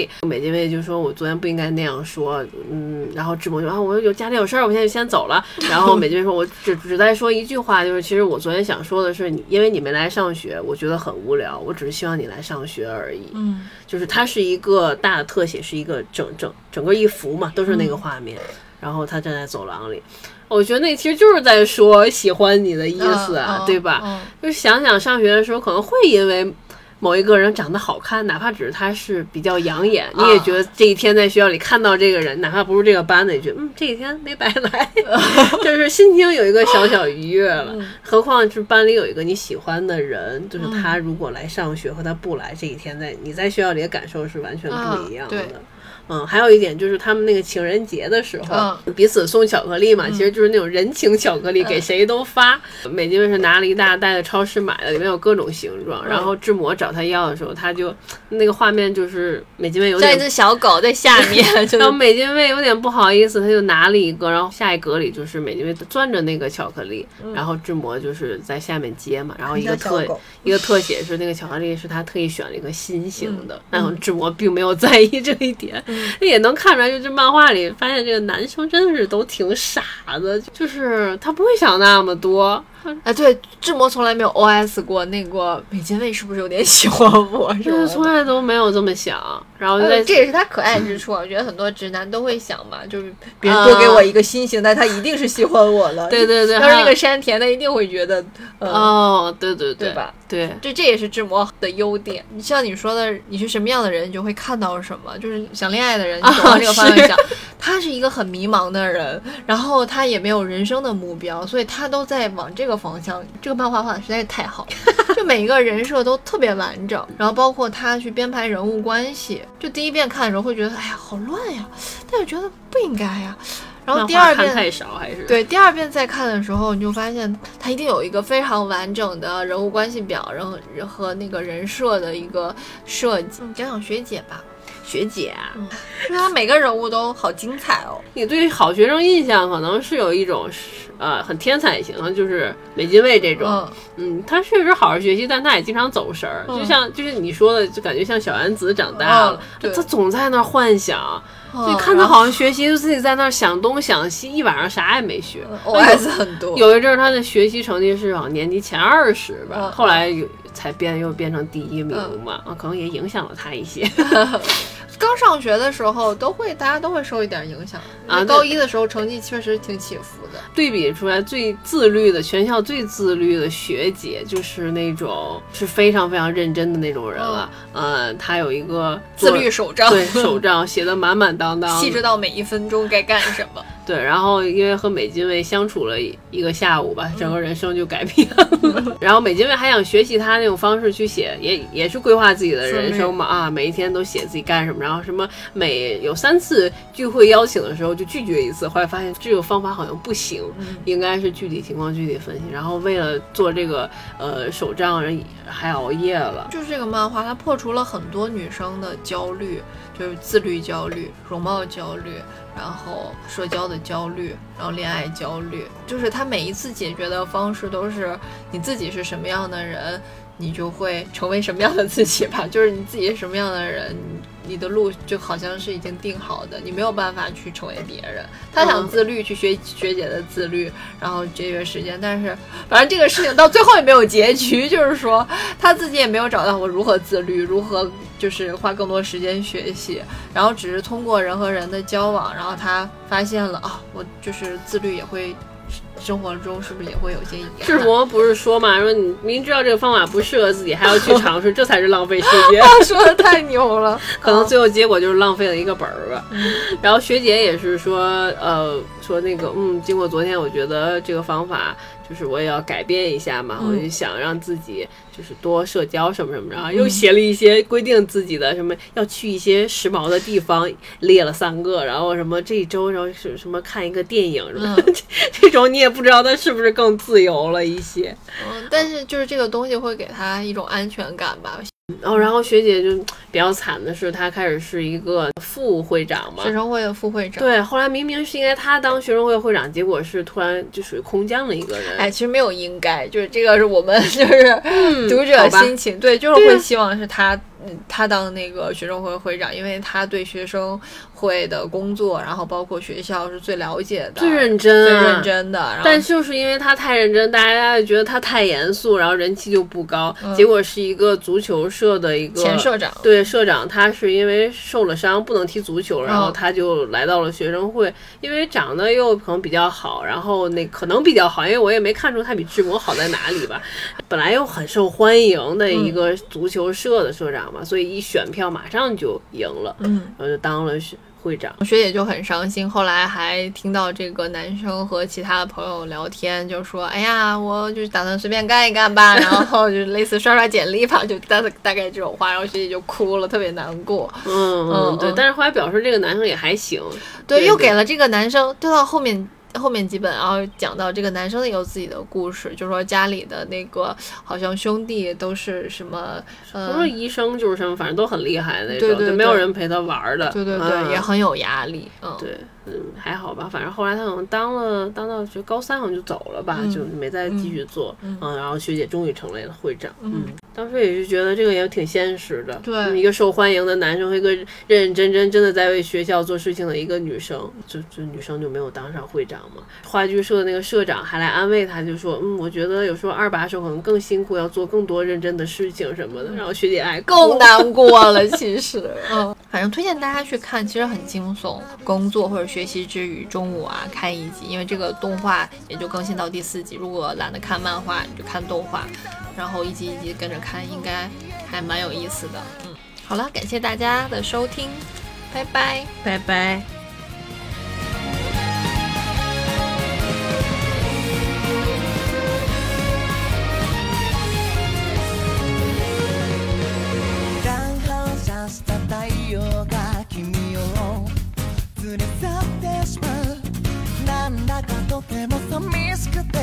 C: 里。美津卫就说我昨天不应该那样说，嗯，然后志摩就啊我有家里有事儿，我现在就先走了。然后美津卫说我只只在说一句话，就是其实我昨天想说的是，因为你没来上学，我觉得很无聊，我只是希望你来上学而已。
B: 嗯，
C: 就是它是一个大的特写，是一个整整整个一幅嘛，都是那个画面。嗯，然后他站在走廊里，我觉得那其实就是在说喜欢你的意思啊，
B: 嗯、
C: 对吧、
B: 嗯？
C: 就是想想上学的时候可能会因为某一个人长得好看，哪怕只是他是比较养眼，你也觉得这一天在学校里看到这个人，哪怕不是这个班的，你觉得嗯这一天没白来，就是心情有一个小小愉悦了。嗯、何况是班里有一个你喜欢的人，就是他如果来上学和他不来，这一天在你在学校里的感受是完全不一样的。
B: 嗯
C: 嗯，还有一点就是他们那个情人节的时候、嗯、彼此送巧克力嘛、嗯、其实就是那种人情巧克力、嗯、给谁都发。美津卫是拿了一大袋的超市买的，里面有各种形状、嗯、然后志摩找他要的时候，他就那个画面就是美津卫有点
B: 像一只小狗在下面
C: 然后美津卫有点不好意思，他就拿了一个，然后下一格里就是美津卫攥着那个巧克力、嗯、然后志摩就是在下面接嘛，然后一个特一个特写是那个巧克力是他特意选了一个心形的、嗯、然后志摩并没有在意这一点、嗯那也能看出来，就这漫画里发现这个男生真的是都挺傻的，就是他不会想那么多。
B: 哎，对，志摩从来没有 O S 过那个美津卫是不是有点喜欢我？
C: 就是从来都没有这么想，然后就在、
B: 呃、这也是他可爱之处。我觉得很多直男都会想嘛，就是别人多给我一个心形，但、呃、他一定是喜欢我了。
C: 对对对，
B: 要是那个山田，他一定会觉得、呃、
C: 哦，对对对，
B: 对吧？
C: 对，
B: 这这也是志摩的优点。像你说的，你是什么样的人，你就会看到什么。就是想恋爱的人，你走往这个方向想。他是一个很迷茫的人，然后他也没有人生的目标，所以他都在往这个方向。这个漫画画的实在是太好了，就每一个人设都特别完整，然后包括他去编排人物关系。就第一遍看的时候会觉得，哎呀，好乱呀，但是觉得不应该呀。然后第二遍
C: 太少还是
B: 对第二遍再看的时候，你就发现他一定有一个非常完整的人物关系表，然后和那个人设的一个设计。嗯，讲讲学姐吧。
C: 学姐啊，
B: 嗯，是她每个人物都好精彩哦。
C: 你对好学生印象可能是有一种呃很天才型，就是美津卫这种，嗯, 嗯他确实好好学习，但他也经常走神儿、嗯，就像就是你说的，就感觉像小丸子长大了，嗯、他总在那儿幻想。就看他好像学习，就自己在那儿想东想西，一晚上啥也没学。
B: O S 很多。
C: 有一阵儿他的学习成绩是往年级前二十吧，嗯、后来有才变又变成第一名嘛，嗯、啊，可能也影响了他一些。
B: 刚上学的时候都会，大家都会受一点影响啊。高一的时候成绩确实挺起伏的。
C: 对比出来最自律的，全校最自律的学姐，就是那种是非常非常认真的那种人了。嗯，呃、她有一个
B: 自律手账，
C: 对手账写的满满当当，
B: 细致到每一分钟该干什么。
C: 对，然后因为和美津卫相处了一个下午吧，整个人生就改变了。嗯、然后美津卫还想学习他那种方式去写，也也是规划自己的人生嘛啊，每一天都写自己干什么，然后什么每有三次聚会邀请的时候就拒绝一次，后来发现这个方法好像不行，嗯、应该是具体情况具体分析。然后为了做这个呃手账，还熬夜了。
B: 就是这个漫画，它破除了很多女生的焦虑，就是自律焦虑、容貌焦虑。然后社交的焦虑，然后恋爱焦虑，就是他每一次解决的方式都是你自己是什么样的人，你就会成为什么样的自己吧。就是你自己是什么样的人，你的路就好像是已经定好的，你没有办法去成为别人。他想自律，去学学姐的自律，然后节约时间，但是反正这个事情到最后也没有结局，就是说他自己也没有找到我如何自律，如何就是花更多时间学习，然后只是通过人和人的交往，然后他发现了啊，我就是自律也会生活中是不是也会有些遗憾？
C: 志摩不是说嘛，说你明知道这个方法不适合自己，还要去尝试，这才是浪费时间。
B: 说的太牛了，
C: 可能最后结果就是浪费了一个本儿吧。嗯、然后学姐也是说，呃，说那个，嗯，经过昨天，我觉得这个方法就是我也要改变一下嘛，嗯、我就想让自己就是多社交什么什么，然后又写了一些规定自己的什么要去一些时髦的地方，列了三个，然后什么这一周然后是什么看一个电影什么、嗯、这种你也不知道他是不是更自由了一些。
B: 嗯，但是就是这个东西会给他一种安全感吧。
C: 然后，然后学姐就比较惨的是，她开始是一个副会长嘛，
B: 学生会的副会长。
C: 对，后来明明是应该她当学生会会长，结果是突然就属于空降了一个人。
B: 哎，其实没有应该，就是这个是我们就是读者心情，嗯、对，就是会希望是她他当那个学生会会长，因为他对学生会的工作，然后包括学校是最了解的，
C: 最认真、
B: 啊、最认真的。然后
C: 但就是因为他太认真，大家就觉得他太严肃，然后人气就不高。嗯、结果是一个足球社的一个
B: 前社长，
C: 对社长，他是因为受了伤不能踢足球，然后他就来到了学生会，因为长得又可能比较好，然后那可能比较好，因为我也没看出他比志摩好在哪里吧。本来又很受欢迎的一个足球社的社长嘛，嗯、所以一选票马上就赢了，嗯，然后就当了会长。
B: 学姐就很伤心，后来还听到这个男生和其他的朋友聊天，就说哎呀，我就是打算随便干一干吧，然后就类似刷刷简历吧，就大大概这种话，然后学姐就哭了，特别难过。
C: 嗯嗯，对，但是后来表示这个男生也还行，
B: 对，对又给了这个男生，对到后面。后面几本，然后讲到这个男生也有自己的故事，就说家里的那个好像兄弟都是什么，呃，
C: 不是医生就是什么，反正都很厉害的那种，
B: 对对对，
C: 没有人陪他玩的，
B: 对对对，嗯、也很有压力，嗯，
C: 对，嗯，还好吧，反正后来他可能当了当到就高三好像就走了吧，嗯、就没再继续做，嗯，嗯然后学姐终于成为了会长，嗯，嗯当时也是觉得这个也挺现实的，
B: 对、
C: 嗯，一个受欢迎的男生和一个认认真真真的在为学校做事情的一个女生，就就女生就没有当上会长。话剧社的那个社长还来安慰他，就说嗯我觉得有时候二把手可能更辛苦，要做更多认真的事情什么的，然后学姐还
B: 更难过了其实嗯，反正推荐大家去看，其实很惊悚，工作或者学习之余中午啊看一集，因为这个动画也就更新到第四集，如果懒得看漫画你就看动画，然后一集一集跟着看，应该还蛮有意思的。嗯，好了，感谢大家的收听，拜拜
C: 拜拜。
A: 太陽が君を連れ去ってしまう、なんだかとても寂しくて